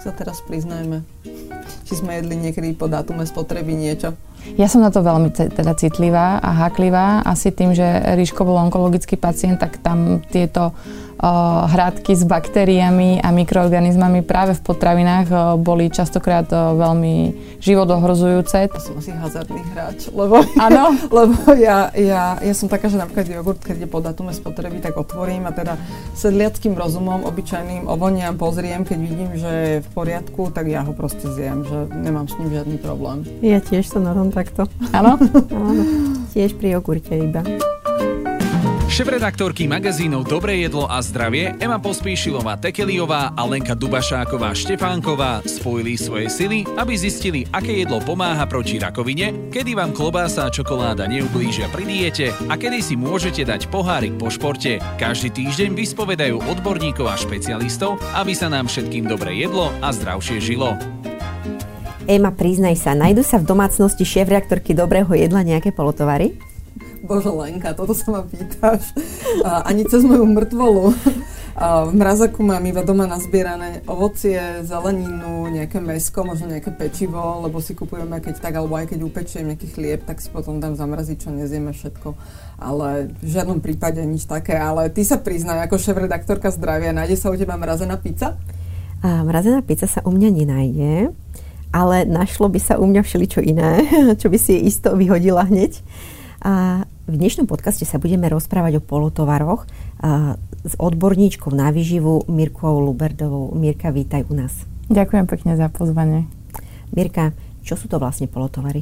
sa teraz priznajme. Či sme jedli niekedy po dátume spotreby niečo? Ja som na to veľmi teda citlivá a háklivá. Asi tým, že Ríško bol onkologický pacient, tak tam tieto hrádky s baktériami a mikroorganizmami práve v potravinách boli častokrát veľmi životohrozujúce. To som asi hazardný hráč, lebo ja som taká, že napríklad jogurt, keď je po datume spotreby, tak otvorím a teda sedliackým rozumom, obyčajným ovoniam, pozriem, keď vidím, že je v poriadku, tak ja ho proste zjem, že nemám s ním žiadny problém. Ja tiež som na tom takto. Áno? Áno. Tiež pri jogurte iba. Šéfredaktorky magazínov Dobré jedlo a zdravie Ema Pospíšilová Tekeliová a Lenka Dubašáková Štefánková spojili svoje sily, aby zistili, aké jedlo pomáha proti rakovine, kedy vám klobása a čokoláda neublížia pri diete a kedy si môžete dať pohárik po športe. Každý týždeň vyspovedajú odborníkov a špecialistov, aby sa nám všetkým dobre jedlo a zdravšie žilo. Ema, priznaj sa, nájdu sa v domácnosti šéfredaktorky Dobrého jedla nejaké polotovary? Bože Lenka, toto sa ma pýtaš. Ani cez moju mŕtvolu. V mrazaku mám iba doma nazbierané ovocie, zeleninu, nejaké mäsko, možno nejaké pečivo, lebo si kupujeme keď tak, alebo aj keď upečiem nejaký chlieb, tak si potom dám zamraziť, čo nezieme všetko. Ale v žiadnom prípade nič také. Ale ty sa priznaj, ako šéfredaktorka zdravia, nájde sa u teba mrazená pizza? Mrazená pizza sa u mňa nenájde, ale našlo by sa u mňa všeličo iné, čo by si isto vyhodila hneď. A v dnešnom podcaste sa budeme rozprávať o polotovaroch s odborníčkou na výživu Mirkou Luberdovou. Mirka, vítaj u nás. Ďakujem pekne za pozvanie. Mirka, čo sú to vlastne polotovary?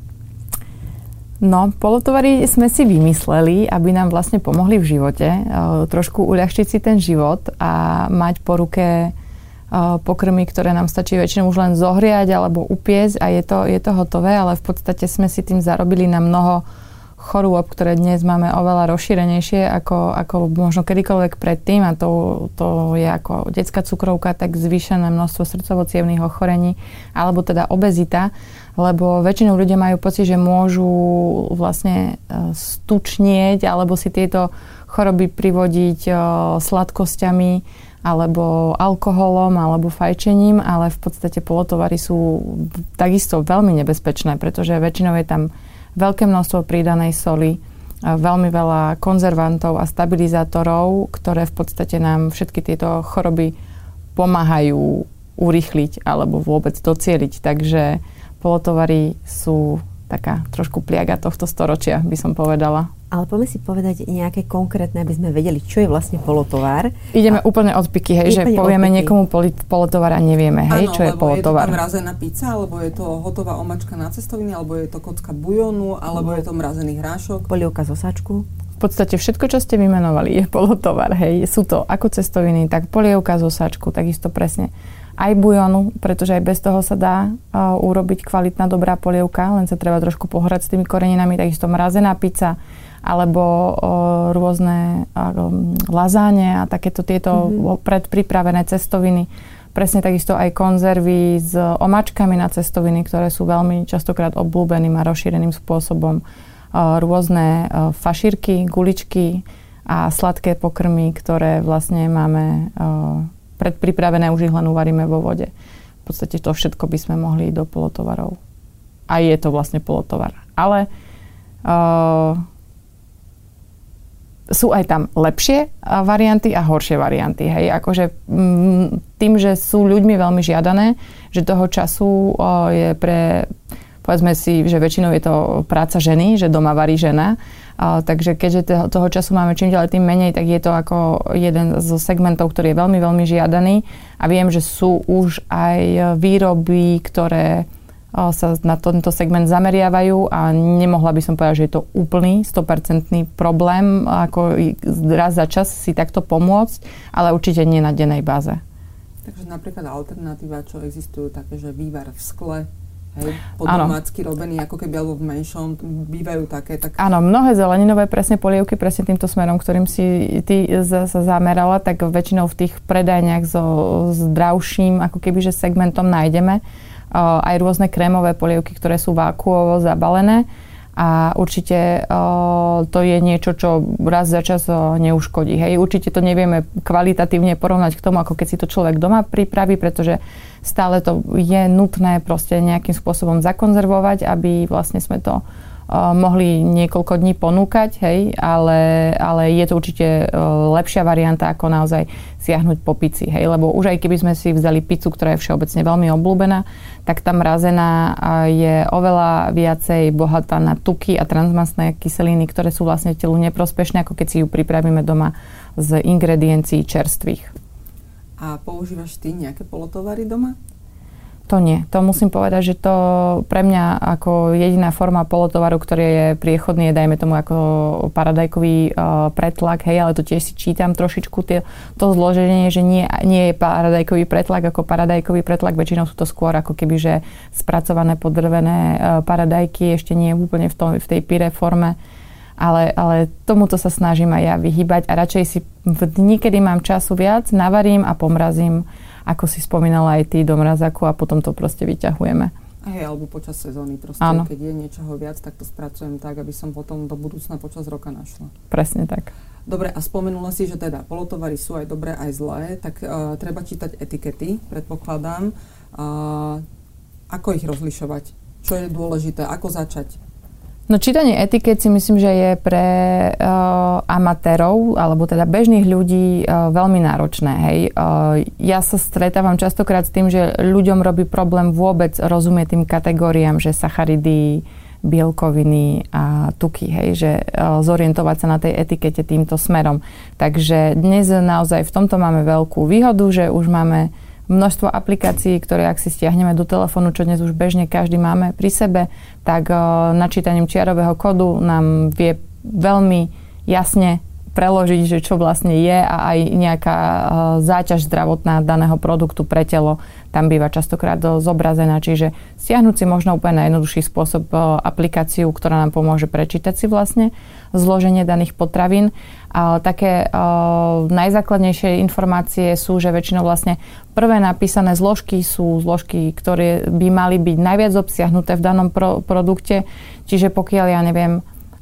No, polotovary sme si vymysleli, aby nám vlastne pomohli v živote, trošku uľahčiť si ten život a mať po ruke pokrmy, ktoré nám stačí väčšinou už len zohriať alebo upiecť a je to hotové, ale v podstate sme si tým zarobili na mnoho chorôb, ktoré dnes máme oveľa rozšírenejšie ako možno kedykoľvek predtým a to je ako detská cukrovka, tak zvýšené množstvo srdcovo-cievnych ochorení alebo teda obezita, lebo väčšinou ľudia majú pocit, že môžu vlastne stučnieť alebo si tieto choroby privodiť sladkosťami alebo alkoholom alebo fajčením, ale v podstate polotovary sú takisto veľmi nebezpečné, pretože väčšinou je tam veľké množstvo pridanej soli, veľmi veľa konzervantov a stabilizátorov, ktoré v podstate nám všetky tieto choroby pomáhajú urýchliť alebo vôbec docieliť. Takže polotovary sú taká trošku pliaga tohto storočia, by som povedala. Ale poďme si povedať nejaké konkrétne, aby sme vedeli, čo je vlastne polotovar. Ideme úplne od piky, hej, že povieme niekomu polotovar a nevieme, hej, čo je polotovar. Áno, lebo je to tam mrazená pizza, alebo je to hotová omačka na cestoviny, alebo je to kocka bujónu, alebo je to mrazený hrášok. Polievka z osáčku. V podstate všetko, čo ste vymenovali, je polotovar, hej. Sú to ako cestoviny, tak polievka z osáčku, takisto presne. Aj bujónu, pretože aj bez toho sa dá urobiť kvalitná, dobrá polievka, len sa treba trošku pohrať s tými koreninami, takisto mrazená pizza, alebo rôzne lazáne a takéto tieto predpripravené cestoviny. Presne takisto aj konzervy s omáčkami na cestoviny, ktoré sú veľmi častokrát obľúbeným a rozšíreným spôsobom. Rôzne fašírky, guličky a sladké pokrmy, ktoré vlastne máme predpripravené, už ich len uvaríme vo vode. V podstate to všetko by sme mohli do polotovarov. A je to vlastne polotovar. Ale sú aj tam lepšie varianty a horšie varianty. Hej? Akože tým, že sú ľuďmi veľmi žiadané, že toho času je pre, povedzme si, že väčšinou je to práca ženy, že doma varí žena. Takže keďže toho času máme čím ďalej tým menej, tak je to ako jeden zo segmentov, ktorý je veľmi, veľmi žiadaný. A viem, že sú už aj výroby, ktoré sa na tento segment zameriavajú a nemohla by som povedať, že je to úplný 100% problém, ako raz za čas si takto pomôcť, ale určite nie na dennej báze. Takže napríklad alternatíva, čo existujú také, že vývar v skle, hej, podomácky robený, ako keby alebo v menšom, bývajú také. Áno, mnohé zeleninové presne polievky, presne týmto smerom, ktorým si ty sa zamerala, tak väčšinou v tých predajniach so zdravším, ako keby, že segmentom nájdeme aj rôzne krémové polievky, ktoré sú vákuovo zabalené a určite to je niečo, čo raz za čas neuškodí. Hej. Určite to nevieme kvalitatívne porovnať k tomu, ako keď si to človek doma pripraví, pretože stále to je nutné proste nejakým spôsobom zakonzervovať, aby vlastne sme to mohli niekoľko dní ponúkať, hej, ale je to určite lepšia varianta, ako naozaj siahnuť po pici, hej, lebo už aj keby sme si vzali pizzu, ktorá je všeobecne veľmi obľúbená, tak tá mrazená je oveľa viacej bohatá na tuky a transmastné kyseliny, ktoré sú vlastne telu neprospešné, ako keď si ju pripravíme doma z ingrediencií čerstvých. A používaš ty nejaké polotovary doma? To nie. To musím povedať, že to pre mňa ako jediná forma polotovaru, ktorý je priechodný, je dajme tomu ako paradajkový pretlak, hej, ale to tiež si čítam trošičku to zloženie, že nie je paradajkový pretlak ako paradajkový pretlak, väčšinou sú to skôr ako keby, že spracované podrvené paradajky, ešte nie úplne v tej pyré forme, ale tomuto sa snažím aj ja vyhýbať a radšej si v dni, kedy mám času viac, navarím a pomrazím, ako si spomínala aj ty, do mrazáku a potom to proste vyťahujeme. Hej, alebo počas sezóny proste, keď je niečoho viac, tak to spracujem tak, aby som potom do budúcna počas roka našla. Presne tak. Dobre, a spomenula si, že teda polotovary sú aj dobré, aj zlé, tak treba čítať etikety, predpokladám. Ako ich rozlišovať? Čo je dôležité? Ako začať? No čítanie etiket si myslím, že je pre amatérov, alebo teda bežných ľudí veľmi náročné. Hej. Ja sa stretávam častokrát s tým, že ľuďom robí problém vôbec rozumieť tým kategóriám, že sacharidy, bielkoviny a tuky, hej, že zorientovať sa na tej etikete týmto smerom. Takže dnes naozaj v tomto máme veľkú výhodu, že už máme množstvo aplikácií, ktoré ak si stiahneme do telefónu, čo dnes už bežne každý máme pri sebe, tak načítaním čiarového kódu nám vie veľmi jasne preložiť, že čo vlastne je a aj nejaká záťaž zdravotná daného produktu pre telo tam býva častokrát zobrazená. Čiže stiahnuť si možno úplne najjednoduchší spôsob aplikáciu, ktorá nám pomôže prečítať si vlastne zloženie daných potravín. A také najzákladnejšie informácie sú, že väčšinou vlastne prvé napísané zložky sú zložky, ktoré by mali byť najviac obsiahnuté v danom produkte. Čiže pokiaľ, ja neviem,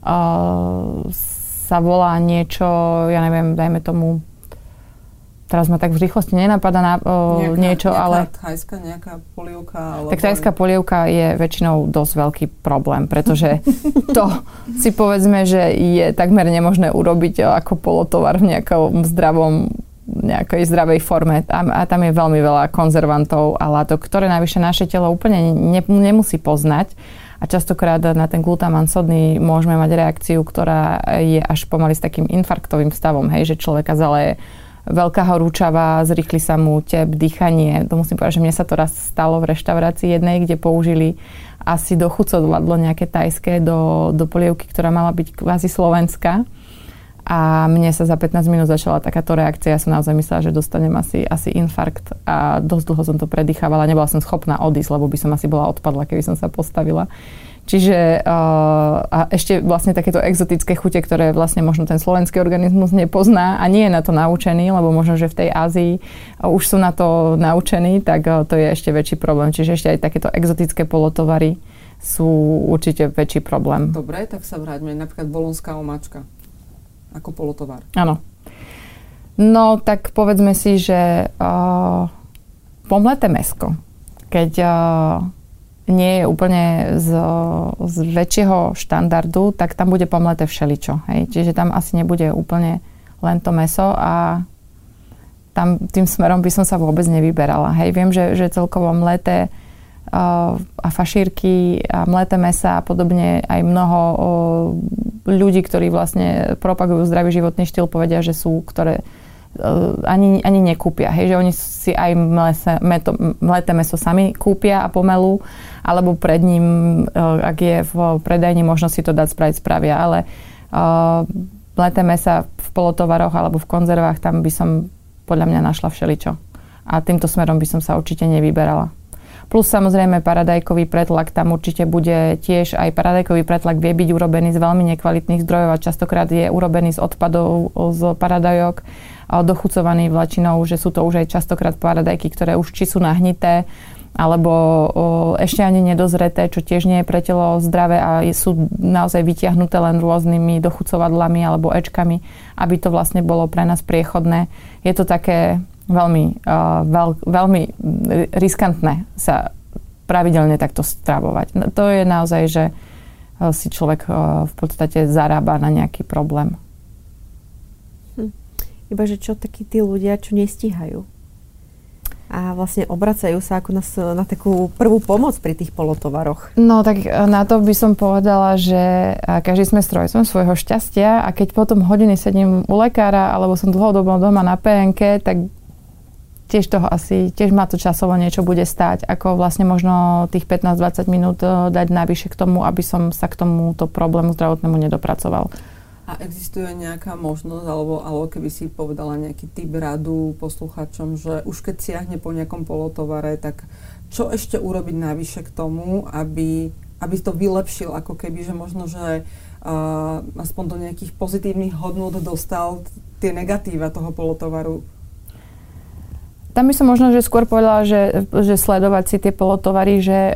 sa volá niečo, ja neviem, dajme tomu, teraz ma tak v rýchlosti nenapadá niečo, ale... Thajská nejaká polievka? Tak thajská polievka je väčšinou dosť veľký problém, pretože to si povedzme, že je takmer nemožné urobiť ako polotovar v nejakej zdravej forme. A tam je veľmi veľa konzervantov a látok, ktoré navyše naše telo úplne nemusí poznať. A častokrát na ten glutamán sodný môžeme mať reakciu, ktorá je až pomaly s takým infarktovým stavom, hej, že človeka zaleje veľká horúčava, zrýchli sa mu tep, dýchanie. To musím povedať, že mne sa to raz stalo v reštaurácii jednej, kde použili asi dochucovadlo nejaké tajské do polievky, ktorá mala byť kvázi slovenská. A mne sa za 15 minút začala takáto reakcia. Ja som naozaj myslela, že dostanem asi infarkt a dosť dlho som to predýchávala. Nebola som schopná odísť, lebo by som asi bola odpadla, keby som sa postavila. Čiže a ešte vlastne takéto exotické chute, ktoré vlastne možno ten slovenský organizmus nepozná a nie je na to naučený, lebo možno, že v tej Ázii už sú na to naučení, tak to je ešte väčší problém. Čiže ešte aj takéto exotické polotovary sú určite väčší problém. Dobre, tak sa vráťme. Napríklad bolonská omáčka ako polotovar. Áno. No, tak povedzme si, že pomleté mäsko, keď nie je úplne z väčšieho štandardu, tak tam bude pomleté všeličo. Hej? Čiže tam asi nebude úplne len to mäso a tam tým smerom by som sa vôbec nevyberala. Hej? Viem, že celkovo mleté a fašírky a mleté mäsa a podobne aj mnoho ľudí, ktorí vlastne propagujú zdravý životný štýl, povedia, že sú, ktoré ani nekúpia. Hej, že oni si aj mleté mäso sami kúpia a pomelú, alebo pred ním, ak je v predajni, možno si to dať spravia, ale mleté mäsa v polotovaroch alebo v konzervách, tam by som podľa mňa našla všeličo. A týmto smerom by som sa určite nevyberala. Plus samozrejme paradajkový pretlak, tam určite bude tiež aj paradajkový pretlak vie byť urobený z veľmi nekvalitných zdrojov a častokrát je urobený z odpadov z paradajok a dochucovaný vlačinou, že sú to už aj častokrát paradajky, ktoré už či sú nahnité, alebo ešte ani nedozreté, čo tiež nie je pre telo zdravé a sú naozaj vytiahnuté len rôznymi dochucovadlami alebo ečkami, aby to vlastne bolo pre nás priechodné. Je to také veľmi riskantné sa pravidelne takto stravovať. To je naozaj, že si človek v podstate zarába na nejaký problém. Iba, že čo takí tí ľudia, čo nestíhajú a vlastne obracajú sa ako na takú prvú pomoc pri tých polotovaroch. No tak na to by som povedala, že každý sme strojcom svojho šťastia a keď potom hodiny sedím u lekára alebo som dlhodobo doma na PNK, tak tiež ma to časovo niečo bude stáť, ako vlastne možno tých 15-20 minút dať navyše k tomu, aby som sa k tomuto problému zdravotnému nedopracoval. A existuje nejaká možnosť, alebo keby si povedala nejaký typ radu posluchačom, že už keď siahne po nejakom polotovare, tak čo ešte urobiť navyše k tomu, aby to vylepšil, ako keby, že možno, že aspoň do nejakých pozitívnych hodnôt dostal tie negatíva toho polotovaru? Tam by som možno, že skôr povedala, že sledovať si tie polotovary, že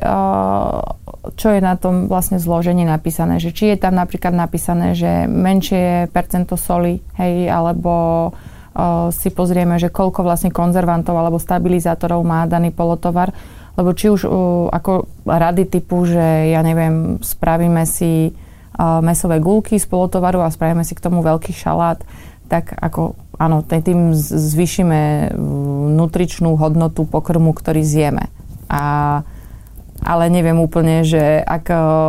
čo je na tom vlastne zložení napísané, že či je tam napríklad napísané, že menšie percento soli, hej, alebo si pozrieme, že koľko vlastne konzervantov alebo stabilizátorov má daný polotovar, lebo či už ako rady typu, že ja neviem, spravíme si mäsové guľky z polotovaru a spravíme si k tomu veľký šalát, tak ako áno, tým zvýšime nutričnú hodnotu pokrmu, ktorý zjeme. Ale neviem úplne, že ak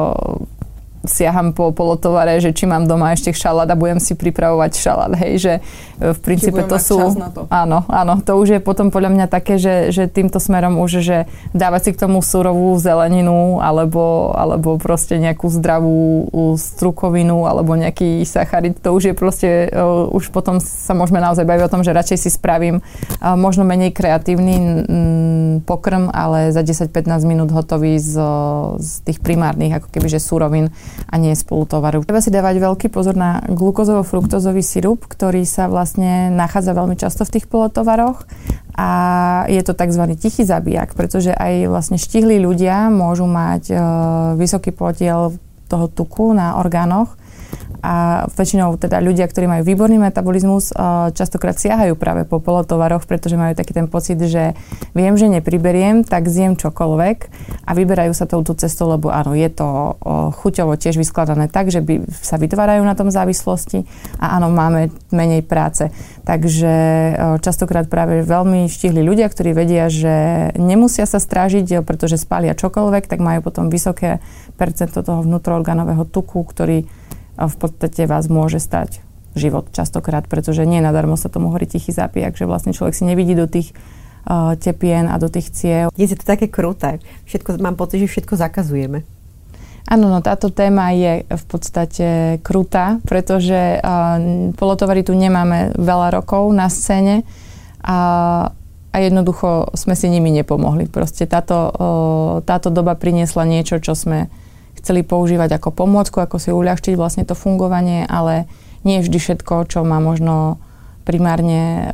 siaham po polotovare, že či mám doma ešte šalát a budem si pripravovať šalát, hej, že v princípe to sú... To. Áno, to už je potom podľa mňa také, že týmto smerom už, že dávať si k tomu surovú zeleninu alebo proste nejakú zdravú strukovinu alebo nejaký sacharid, to už je proste, už potom sa môžeme naozaj baviť o tom, že radšej si spravím možno menej kreatívny pokrm, ale za 10-15 minút hotový z tých primárnych, ako keby, že surovín a nie z polotovaru. Treba si dávať veľký pozor na glukózovo-fruktózový sirup, ktorý sa vlastne nachádza veľmi často v tých polotovaroch a je to tzv. Tichý zabijak, pretože aj vlastne štihlí ľudia môžu mať vysoký podiel toho tuku na orgánoch a väčšinou teda ľudia, ktorí majú výborný metabolizmus, častokrát siahajú práve po polotovaroch, pretože majú taký ten pocit, že viem, že nepriberiem, tak zjem čokoľvek a vyberajú sa touto cestou, lebo áno, je to chuťovo tiež vyskladané tak, že sa vytvárajú na tom závislosti a áno, máme menej práce. Takže častokrát práve veľmi štihlí ľudia, ktorí vedia, že nemusia sa strážiť, pretože spália čokoľvek, tak majú potom vysoké percento toho vnútroorganového tuku, ktorý v podstate vás môže stať život častokrát, pretože nie nadarmo sa tomu hovorí tichý zápijak, že vlastne človek si nevidí do tých tepien a do tých ciev. Je to také kruté. Mám pocit, že všetko zakazujeme. Áno, no táto téma je v podstate krutá, pretože polotovary tu nemáme veľa rokov na scéne a jednoducho sme si nimi nepomohli. Proste táto doba priniesla niečo, čo sme chceli používať ako pomôcku, ako si uľahčiť vlastne to fungovanie, ale nie vždy všetko, čo má možno primárne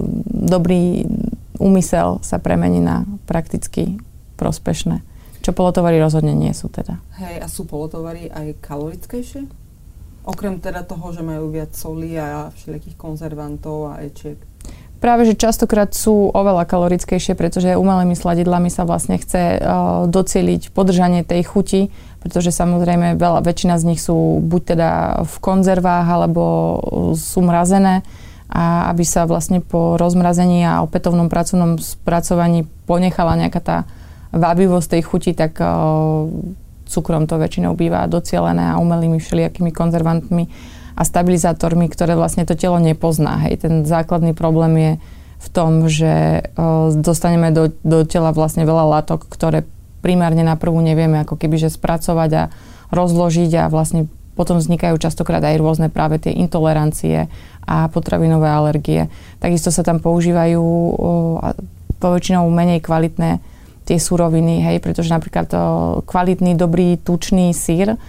dobrý úmysel, sa premení na prakticky prospešné. Čo polotovary rozhodne nie sú teda. Hej, a sú polotovary aj kalorickejšie? Okrem teda toho, že majú viac solí a všelijakých konzervantov a ečiek. Práve, že častokrát sú oveľa kalorickejšie, pretože umelými sladidlami sa vlastne chce docieliť podržanie tej chuti, pretože samozrejme väčšina z nich sú buď teda v konzervách, alebo sú mrazené a aby sa vlastne po rozmrazení a opätovnom pracovnom spracovaní ponechala nejaká tá vábivosť tej chuti, tak cukrom to väčšinou býva docielené a umelými všelijakými konzervantmi a stabilizátormi, ktoré vlastne to telo nepozná. Hej. Ten základný problém je v tom, že dostaneme do tela vlastne veľa látok, ktoré primárne na prvú nevieme ako keby že spracovať a rozložiť a vlastne potom vznikajú častokrát aj rôzne práve tie intolerancie a potravinové alergie. Takisto sa tam používajú poväčšinou menej kvalitné tie suroviny, hej, pretože napríklad kvalitný, dobrý, tučný syr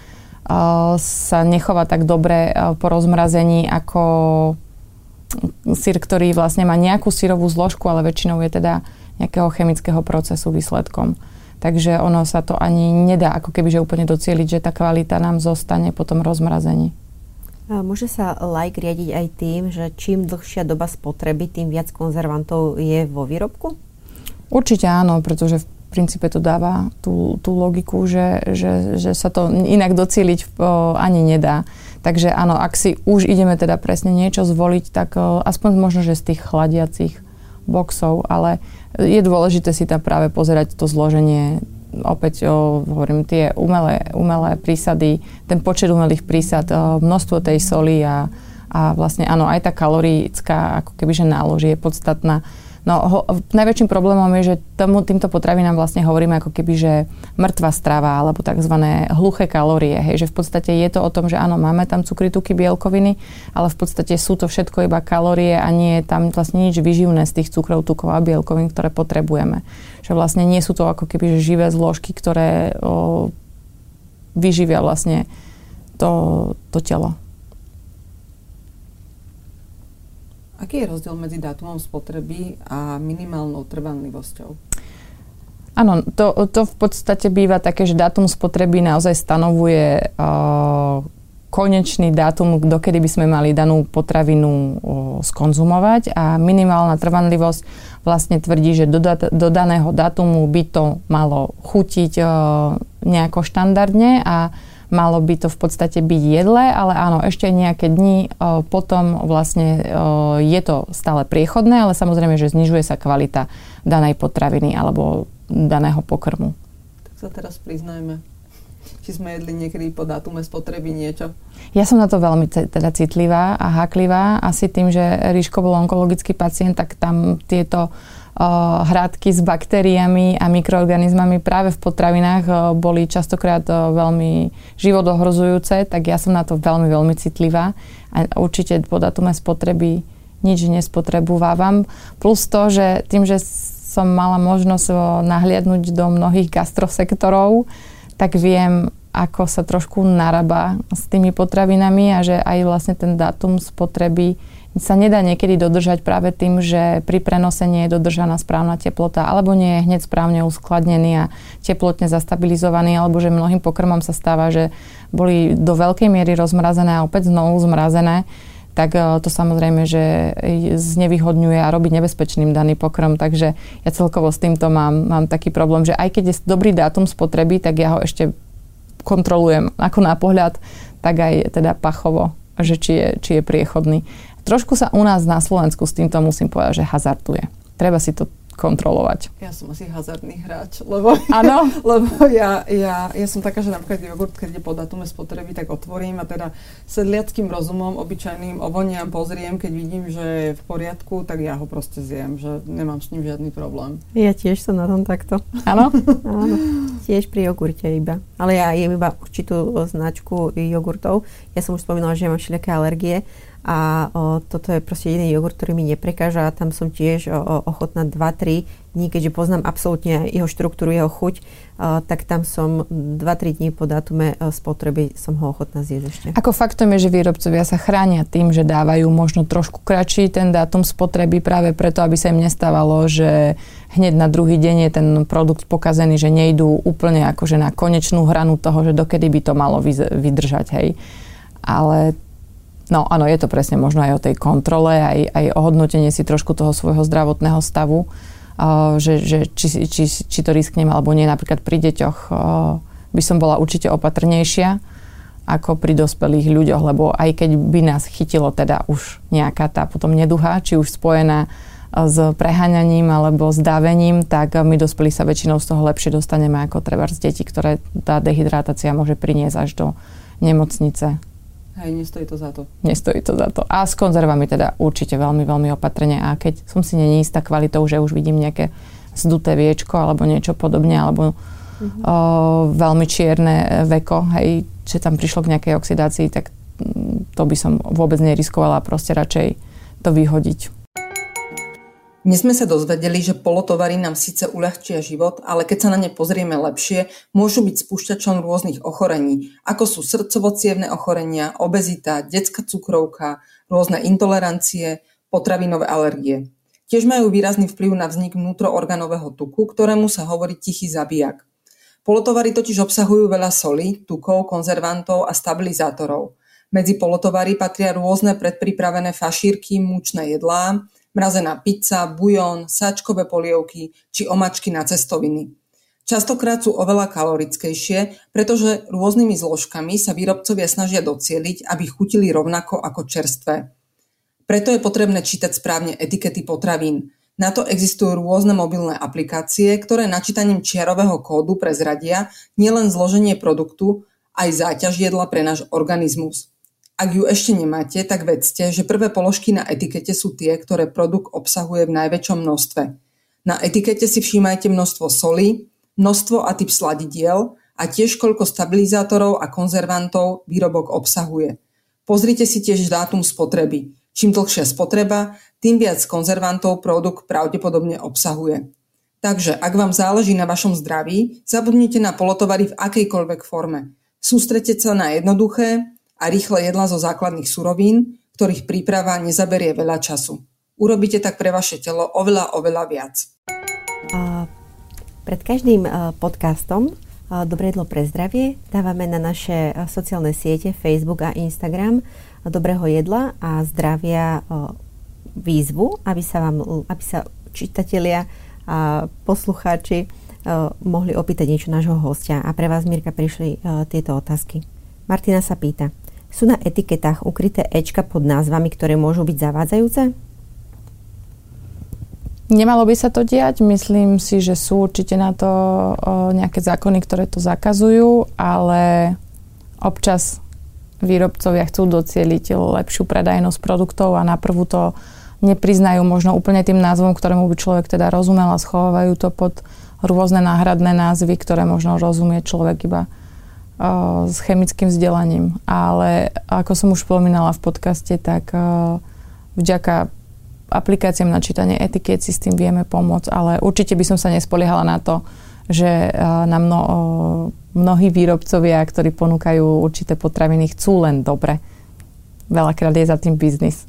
sa nechová tak dobre po rozmrazení ako syr, ktorý vlastne má nejakú syrovú zložku, ale väčšinou je teda nejakého chemického procesu výsledkom. Takže ono sa to ani nedá ako keby, že úplne docieliť, že tá kvalita nám zostane po tom rozmrazení. Môže sa laik riadiť aj tým, že čím dlhšia doba spotreby, tým viac konzervantov je vo výrobku? Určite áno, pretože v princípe to dáva tú logiku, že sa to inak docieliť ani nedá. Takže áno, ak si už ideme teda presne niečo zvoliť, tak aspoň možno, že z tých chladiacich boxov, ale je dôležité si tam práve pozerať to zloženie. Opäť hovorím, tie umelé prísady, ten počet umelých prísad, množstvo tej soli a vlastne áno, aj tá kalorická ako kebyže nálož je podstatná. No, najväčším problémom je, že týmto potravinám vlastne hovoríme ako keby, že mŕtva strava alebo takzvané hluché kalórie. Hej, že v podstate je to o tom, že áno, máme tam cukry, tuky, bielkoviny, ale v podstate sú to všetko iba kalórie a nie je tam vlastne nič vyživné z tých cukrov, tukov a bielkovín, ktoré potrebujeme. Že vlastne nie sú to ako keby, že živé zložky, ktoré vyživia vlastne to telo. Aký je rozdiel medzi dátumom spotreby a minimálnou trvanlivosťou? Áno, to v podstate býva také, že dátum spotreby naozaj stanovuje konečný dátum, dokedy by sme mali danú potravinu skonzumovať a minimálna trvanlivosť vlastne tvrdí, že do daného dátumu by to malo chutiť nejako štandardne a malo by to v podstate byť jedle, ale áno, ešte nejaké dni potom vlastne je to stále priechodné, ale samozrejme, že znižuje sa kvalita danej potraviny alebo daného pokrmu. Tak sa teraz priznajme, či sme jedli niekedy po dátume spotreby niečo? Ja som na to veľmi teda citlivá a háklivá. Asi tým, že Ríško bol onkologický pacient, tak tam tieto hrádky s baktériami a mikroorganizmami práve v potravinách boli častokrát veľmi životohrozujúce, tak ja som na to veľmi, veľmi citlivá a určite po datume spotreby nič nespotrebúvam. Plus to, že tým, že som mala možnosť nahliadnúť do mnohých gastrosektorov, tak viem, ako sa trošku narába s tými potravinami a že aj vlastne ten dátum spotreby sa nedá niekedy dodržať práve tým, že pri prenose nie je dodržaná správna teplota alebo nie je hneď správne uskladnený a teplotne zastabilizovaný, alebo že mnohým pokrmom sa stáva, že boli do veľkej miery rozmrazené a opäť znovu zmrazené, tak to samozrejme, že znevýhodňuje a robí nebezpečným daný pokrm. Takže ja celkovo s týmto mám taký problém, že aj keď je dobrý dátum spotreby, tak ja ho ešte kontrolujem ako na pohľad, tak aj teda pachovo, že či je priechodný. Trošku sa u nás na Slovensku s týmto musím povedať, že hazarduje. Treba si to kontrolovať. Ja som asi hazardný hráč, lebo ja som taká, že napríklad jogurt, keď je po datume spotreby, tak otvorím a teda sedliackým rozumom, obyčajným ovoniam, pozriem, keď vidím, že je v poriadku, tak ja ho proste zjem, že nemám s ním žiadny problém. Ja tiež som na tom takto. Áno? Áno. Tiež pri jogurte iba. Ale ja jem iba určitú značku jogurtov. Ja som už spomínala, že mám všelijaké alergie. A toto je proste jediný jogurt, ktorý mi neprekáža a tam som tiež ochotná 2-3 dní, keďže poznám absolútne jeho štruktúru, jeho chuť, tak tam som 2-3 dní po dátume spotreby som ho ochotná zjesť ešte. Ako faktom je, že výrobcovia sa chránia tým, že dávajú možno trošku kratší ten dátum spotreby práve preto, aby sa im nestávalo, že hneď na druhý deň je ten produkt pokazený, že nejdú úplne akože na konečnú hranu toho, že dokedy by to malo vydržať, hej. Ale no áno, je to presne možno aj o tej kontrole, aj o hodnotenie si trošku toho svojho zdravotného stavu, že či to risknem alebo nie. Napríklad pri deťoch by som bola určite opatrnejšia ako pri dospelých ľuďoch, lebo aj keď by nás chytilo teda už nejaká tá potom neduha, či už spojená s preháňaním alebo s dávením, tak my dospelí sa väčšinou z toho lepšie dostaneme ako trebárs deti, ktoré tá dehydratácia môže priniesť až do nemocnice. Hej, nestojí to za to. Nestojí to za to. A s konzervami teda určite veľmi, veľmi opatrne. A keď som si není istá kvalitou, že už vidím nejaké zduté viečko alebo niečo podobne, alebo veľmi čierne veko, hej, že tam prišlo k nejakej oxidácii, tak to by som vôbec neriskovala, proste radšej to vyhodiť. Dnes sme sa dozvedeli, že polotovary nám síce uľahčia život, ale keď sa na ne pozrieme lepšie, môžu byť spúšťačom rôznych ochorení, ako sú srdcovo-cievne ochorenia, obezita, detská cukrovka, rôzne intolerancie, potravinové alergie. Tiež majú výrazný vplyv na vznik vnútroorganového tuku, ktorému sa hovorí tichý zabijak. Polotovary totiž obsahujú veľa soli, tukov, konzervantov a stabilizátorov. Medzi polotovary patria rôzne predpripravené fašírky, múčne jedlá, mrazená pizza, bujón, sáčkové polievky či omačky na cestoviny. Častokrát sú oveľa kalorickejšie, pretože rôznymi zložkami sa výrobcovia snažia docieliť, aby chutili rovnako ako čerstvé. Preto je potrebné čítať správne etikety potravín. Na to existujú rôzne mobilné aplikácie, ktoré načítaním čiarového kódu prezradia nielen zloženie produktu, aj záťaž jedla pre náš organizmus. Ak ju ešte nemáte, tak vedzte, že prvé položky na etikete sú tie, ktoré produkt obsahuje v najväčšom množstve. Na etikete si všímajte množstvo soli, množstvo a typ sladidiel a tiež koľko stabilizátorov a konzervantov výrobok obsahuje. Pozrite si tiež dátum spotreby. Čím dlhšia spotreba, tým viac konzervantov produkt pravdepodobne obsahuje. Takže ak vám záleží na vašom zdraví, zabudnite na polotovary v akejkoľvek forme. Sústreďte sa na jednoduché a rýchle jedlá zo základných surovín, ktorých príprava nezaberie veľa času. Urobíte tak pre vaše telo oveľa viac. Pred každým podcastom Dobré jedlo pre zdravie dávame na naše sociálne siete Facebook a Instagram Dobrého jedla a zdravia výzvu, aby sa čitatelia a poslucháči mohli opýtať niečo nášho hostia. A pre vás, Mirka, prišli tieto otázky. Martina sa pýta: sú na etiketách ukryté ečka pod názvami, ktoré môžu byť zavádzajúce? Nemalo by sa to diať. Myslím si, že sú určite na to nejaké zákony, ktoré to zakazujú, ale občas výrobcovia chcú docieliť lepšiu predajnosť produktov a naprvu to nepriznajú možno úplne tým názvom, ktorému by človek teda rozumel a schovávajú to pod rôzne náhradné názvy, ktoré možno rozumie človek iba s chemickým vzdelaním. Ale ako som už spomínala v podcaste, tak vďaka aplikáciám na čítanie etikiet si s tým vieme pomôcť, ale určite by som sa nespoliehala na to, že na mnohí výrobcovia, ktorí ponúkajú určité potraviny, chcú len dobre. Veľakrát je za tým biznis.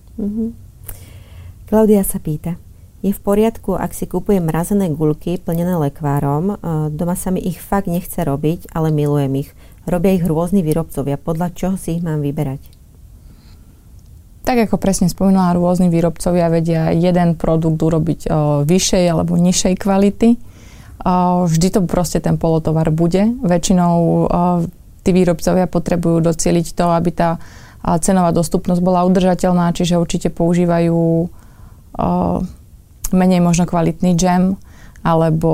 Klaudia sa pýta: je v poriadku, ak si kupujem mrazené guľky plnené lekvárom? Doma sa mi ich fakt nechce robiť, ale milujem ich. Robia ich rôzni výrobcovia. Podľa čoho si ich mám vyberať? Tak ako presne spomínala, rôzni výrobcovia vedia jeden produkt urobiť vyššej alebo nižšej kvality. Vždy to proste ten polotovar bude. Väčšinou tí výrobcovia potrebujú docieliť to, aby tá cenová dostupnosť bola udržateľná, čiže určite používajú menej možno kvalitný džem alebo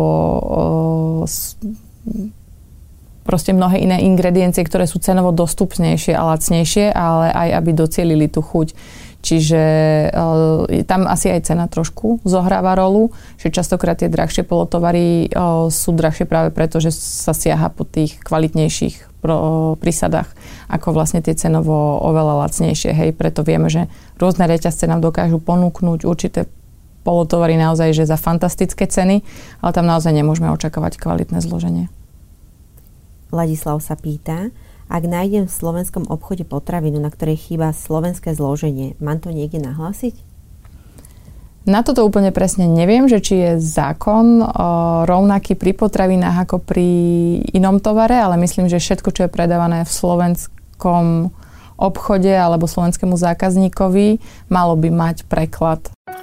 proste mnohé iné ingrediencie, ktoré sú cenovo dostupnejšie a lacnejšie, ale aj aby docielili tú chuť. Čiže tam asi aj cena trošku zohráva rolu, že častokrát tie drahšie polotovary sú drahšie práve preto, že sa siaha po tých kvalitnejších prísadách, ako vlastne tie cenovo oveľa lacnejšie. Hej, preto vieme, že rôzne reťazce nám dokážu ponúknuť určité polotovary naozaj, že za fantastické ceny, ale tam naozaj nemôžeme očakávať kvalitné zloženie. Ladislav sa pýta: ak nájdem v slovenskom obchode potravinu, na ktorej chýba slovenské zloženie, mám to niekde nahlásiť? Na toto úplne presne neviem, že či je zákon rovnaký pri potravinách ako pri inom tovare, ale myslím, že všetko, čo je predávané v slovenskom obchode alebo slovenskému zákazníkovi, malo by mať preklad.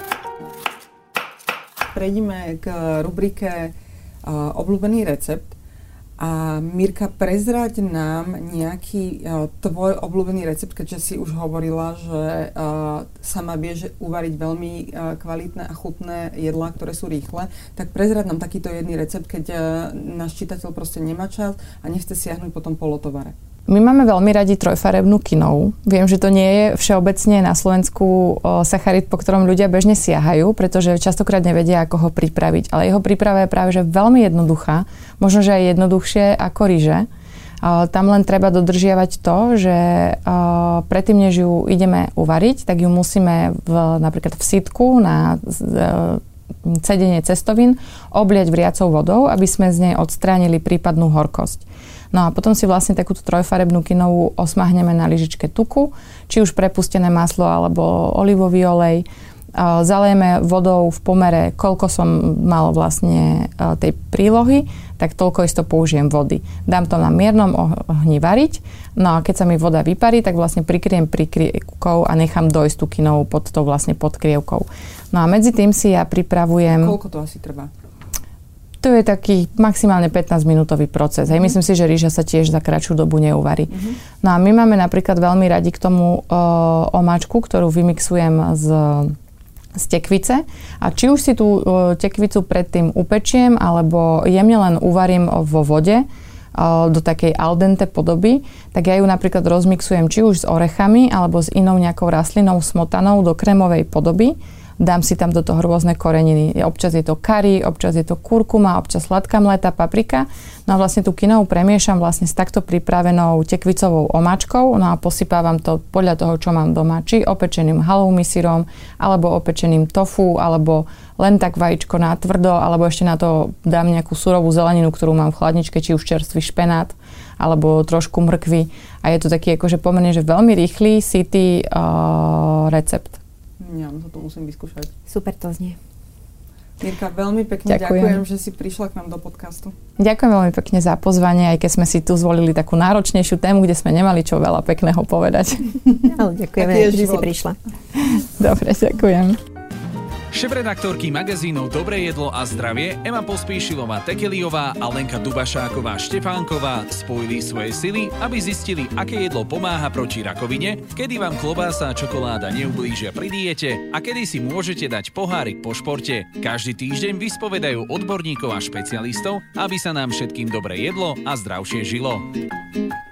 Prejdime k rubrike obľúbený recept. A Mirka, prezrať nám nejaký tvoj obľúbený recept, keďže si už hovorila, že sama vieš uvariť veľmi kvalitné a chutné jedlá, ktoré sú rýchle, tak prezrať nám takýto jedný recept, keď náš čitateľ proste nemá čas a nechce siahnuť po tom polotovare. My máme veľmi radi trojfarebnú kinovu. Viem, že to nie je všeobecne na Slovensku sacharid, po ktorom ľudia bežne siahajú, pretože častokrát nevedia, ako ho pripraviť. Ale jeho príprava je práve že veľmi jednoduchá, možno, že aj jednoduchšie ako ryže. Tam len treba dodržiavať to, že predtým, než ju ideme uvariť, tak ju musíme napríklad v sitku na cedenie cestovín obliať vriacou vodou, aby sme z nej odstránili prípadnú horkosť. No a potom si vlastne takúto trojfarebnú kinovu osmahneme na lyžičke tuku, či už prepustené maslo alebo olivový olej. zalejeme vodou v pomere, koľko som mal vlastne tej prílohy, tak toľko isto použijem vody. Dám to na miernom ohni variť, no a keď sa mi voda vyparí, tak vlastne prikryjem prikryvkou a nechám dojsť tú kinovú pod tou vlastne podkrievkou. No a medzi tým si ja pripravujem... Koľko to asi trvá? To je taký maximálne 15-minútový proces. Hej. Myslím si, že rýža sa tiež za kratšiu dobu neuvarí. No a my máme napríklad veľmi radi k tomu omáčku, ktorú vymixujem z tekvice. A či už si tú tekvicu predtým upečiem, alebo jemne len uvarím vo vode do takej al dente podoby, tak ja ju napríklad rozmixujem či už s orechami, alebo s inou nejakou rastlinou smotanou do krémovej podoby. Dám si tam do toho rôzne koreniny. Občas je to kari, občas je to kurkuma, občas sladká mletá paprika. No a vlastne tú kinovu premiešam vlastne s takto pripravenou tekvicovou omáčkou. No a posypávam to podľa toho, čo mám doma. Či opečeným halloumi syrom, alebo opečeným tofu, alebo len tak vajíčko na tvrdo, alebo ešte na to dám nejakú surovú zeleninu, ktorú mám v chladničke, či už čerstvý špenát, alebo trošku mrkvy. A je to taký akože pomerne, že veľmi rýchly, sytý recept. Ja to musím vyskúšať. Super to znie. Mirka, veľmi pekne ďakujem, že si prišla k nám do podcastu. Ďakujem veľmi pekne za pozvanie, aj keď sme si tu zvolili takú náročnejšiu tému, kde sme nemali čo veľa pekného povedať. Ale ďakujeme, že si prišla. Dobre, ďakujem. Šéfredaktorky magazínov Dobré jedlo a zdravie Ema Pospíšilová-Tekeliová a Lenka Dubašáková-Štefánková spojili svoje sily, aby zistili, aké jedlo pomáha proti rakovine, kedy vám klobása a čokoláda neublížia pri diete a kedy si môžete dať pohárik po športe. Každý týždeň vyspovedajú odborníkov a špecialistov, aby sa nám všetkým dobre jedlo a zdravšie žilo.